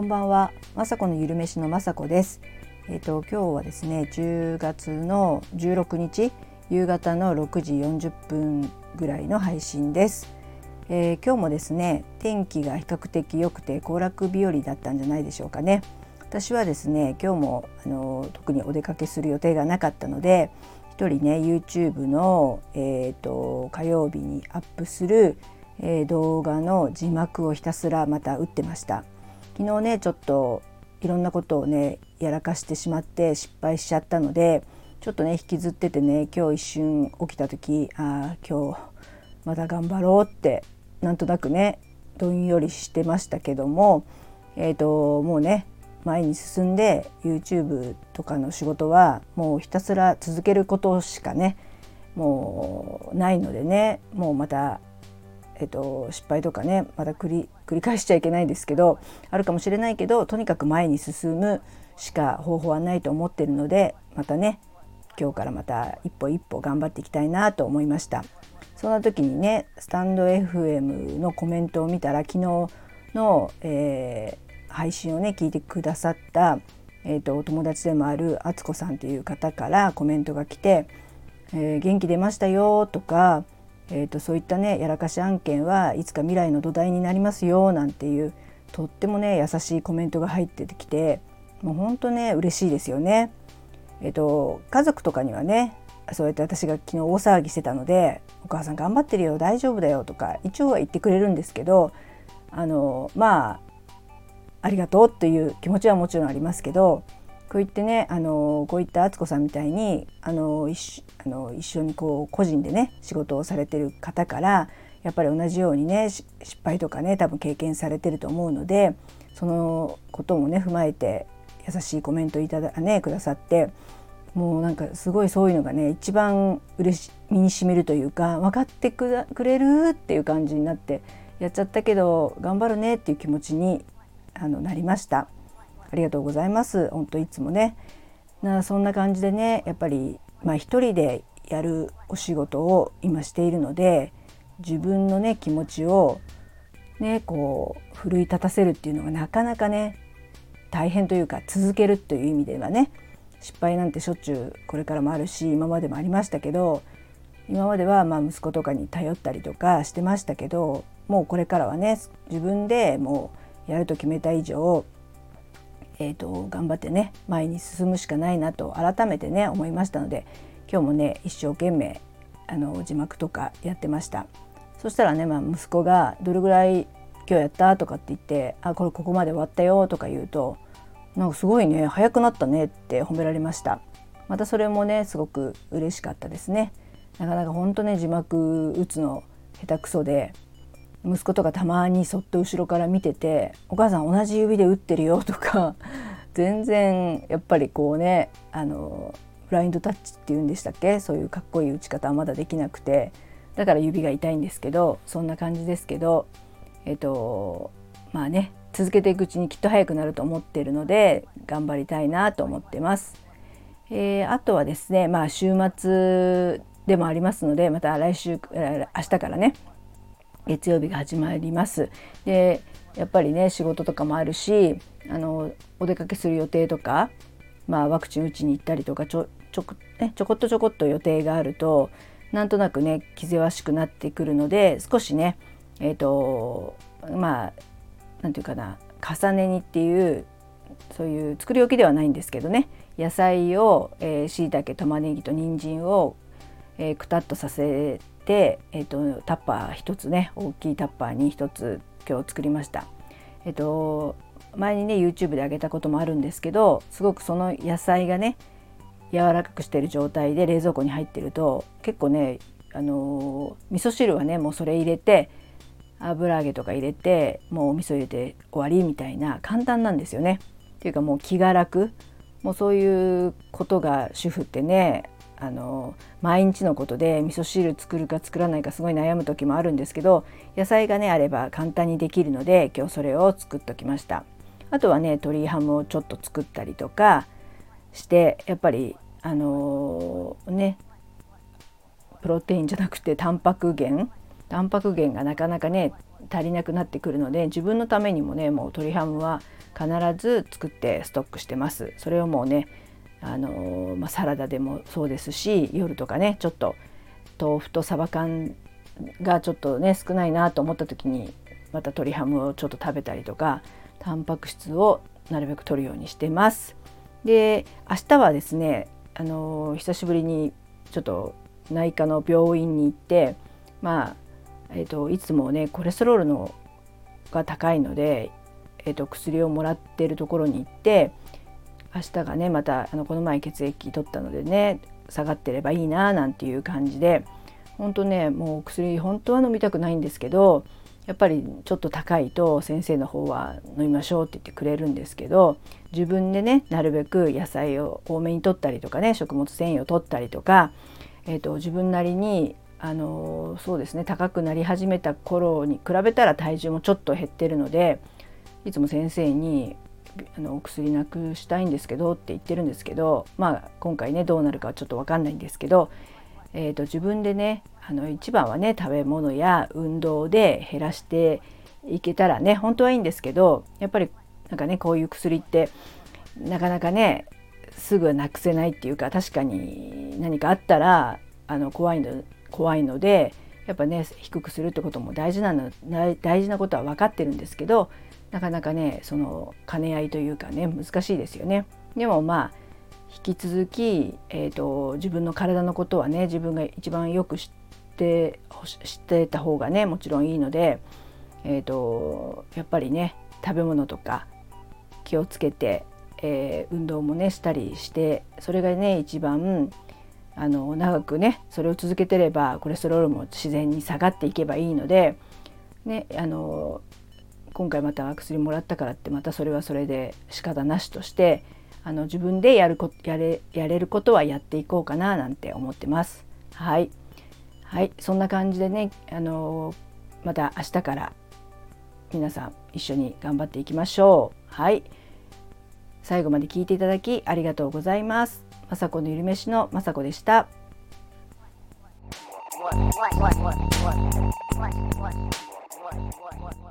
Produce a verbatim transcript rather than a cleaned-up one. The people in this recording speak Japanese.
こんばんは。まさこのゆるめしのまさこです。えっと今日はですね、じゅうがつのじゅうろくにち夕方のろくじよんじゅっぷんぐらいの配信です。えー、今日もですね、天気が比較的良くて行楽日和だったんじゃないでしょうかね。私はですね、今日もあの特にお出かけする予定がなかったので、一人ね YouTube の、えー、と火曜日にアップする、えー、動画の字幕をひたすらまた打ってました。昨日ねちょっといろんなことをねやらかしてしまって失敗しちゃったので、ちょっとね引きずっててね、今日一瞬起きた時、あー今日また頑張ろうってなんとなくねどんよりしてましたけども、えーともうね前に進んで YouTube とかの仕事はもうひたすら続けることしかねもうないのでね、もうまたえっと、失敗とかねまた繰り、繰り返しちゃいけないですけど、あるかもしれないけど、とにかく前に進むしか方法はないと思っているので、またね今日からまた一歩一歩頑張っていきたいなと思いました。そんな時にねスタンド エフエム のコメントを見たら、昨日の、えー、配信をね聞いてくださった、えーと、お友達でもあるあつこさんという方からコメントが来て、えー、元気出ましたよとか、えー、とそういったねやらかし案件はいつか未来の土台になりますよなんていうとってもね優しいコメントが入ってきて、もうほんとね嬉しいですよね。えー、と家族とかにはねそうやって私が昨日大騒ぎしてたので、お母さん頑張ってるよ大丈夫だよとか一応は言ってくれるんですけど、あのまあありがとうという気持ちはもちろんありますけど、こう言ってねあのこういった敦子さんみたいにあの一あの一緒にこう個人でね仕事をされてる方からやっぱり同じようにね失敗とかね多分経験されてると思うので、そのこともね踏まえて優しいコメントいただ、ね、くださって、もうなんかすごいそういうのがね一番嬉し身にしみるというか、分かってくだくれるっていう感じになって、やっちゃったけど頑張るねっていう気持ちにあのなりました。ありがとうございます。本当いつもねなそんな感じでね、やっぱりまあ一人でやるお仕事を今しているので、自分のね気持ちをねこう奮い立たせるっていうのがなかなかね大変というか、続けるという意味ではね失敗なんてしょっちゅうこれからもあるし、今までもありましたけど、今まではまあ息子とかに頼ったりとかしてましたけど、もうこれからはね自分でもうやると決めた以上えーと、頑張ってね前に進むしかないなと改めてね思いましたので、今日もね一生懸命あの字幕とかやってました。そしたらね、まあ、息子がどれぐらい今日やったとかって言って、あこれここまで終わったよとか言うと、なんかすごいね早くなったねって褒められました。またそれもねすごく嬉しかったですね。なかなか本当ね字幕打つの下手くそで、息子とかたまにそっと後ろから見てて、お母さん同じ指で打ってるよとか全然やっぱりこうねあのブラインドタッチっていうんでしたっけ、そういうかっこいい打ち方はまだできなくて、だから指が痛いんですけど、そんな感じですけど、えっとまあね続けていくうちにきっと早くなると思っているので頑張りたいなと思ってます。えー、あとはですね、まあ週末でもありますので、また来週明日からね月曜日が始まります。でやっぱりね仕事とかもあるし、あのお出かけする予定とか、まあ、ワクチン打ちに行ったりとかちょちょ、ね、ちょこっとちょこっと予定があるとなんとなくね気ぜわしくなってくるので、少しねえっとまあなんていうかな重ね煮っていうそういう作り置きではないんですけどね、野菜をえー、椎茸玉ねぎと人参を、えー、くたっとさせてで、えーと、タッパー一つね大きいタッパーに一つ今日作りました。えっと前にね YouTube で上げたこともあるんですけど、すごくその野菜がね柔らかくしている状態で冷蔵庫に入ってると結構ねあのー、味噌汁はねもうそれ入れて油揚げとか入れてもうお味噌入れて終わりみたいな簡単なんですよね。っていうかもう気が楽、もうそういうことが主婦ってねあの毎日のことで味噌汁作るか作らないかすごい悩む時もあるんですけど、野菜がねあれば簡単にできるので今日それを作っときました。あとはね鶏ハムをちょっと作ったりとかして、やっぱりあのー、ねプロテインじゃなくてタンパク源タンパク源がなかなかね足りなくなってくるので、自分のためにもねもう鶏ハムは必ず作ってストックしてます。それをもうねあのーまあ、サラダでもそうですし、夜とかねちょっと豆腐とサバ缶がちょっとね少ないなと思った時にまた鶏ハムをちょっと食べたりとか、タンパク質をなるべく摂るようにしてます。で明日はですね、あのー、久しぶりにちょっと内科の病院に行って、まあえーと、いつもねコレステロールのが高いので、えーと、薬をもらっているところに行って、明日がねまたあのこの前血液取ったのでね下がってればいいななんていう感じで、本当ねもう薬本当は飲みたくないんですけど、やっぱりちょっと高いと先生の方は飲みましょうって言ってくれるんですけど、自分でねなるべく野菜を多めに摂ったりとかね、食物繊維を摂ったりとか、えーと、自分なりにあのそうですね高くなり始めた頃に比べたら体重もちょっと減ってるので、いつも先生にあのお薬なくしたいんですけどって言ってるんですけど、まあ今回ねどうなるかはちょっと分かんないんですけど、えーと、自分でねあの一番はね食べ物や運動で減らしていけたらね本当はいいんですけど、やっぱりなんかねこういう薬ってなかなかねすぐなくせないっていうか、確かに何かあったらあの怖いの怖いので、やっぱね低くするってことも大事なの大事なことは分かってるんですけど、なかなかねその兼ね合いというかね難しいですよね。でもまあ引き続き、えーと、自分の体のことはね自分が一番よく知って知ってた方がねもちろんいいので、えーと、やっぱりね食べ物とか気をつけて、えー、運動もねしたりして、それがね一番あの長くねそれを続けてればコレステロールも自然に下がっていけばいいので、ね、あの今回また薬もらったからってまたそれはそれで仕方なしとして、あの自分でやるこやれやれることはやっていこうかななんて思ってます。はい、はい、そんな感じでねあのまた明日から皆さん一緒に頑張っていきましょう。はい、最後まで聞いていただきありがとうございます。まさこのゆるめしのまさこでした。What, what, what, what, what, what, what, what, what, what, what, what.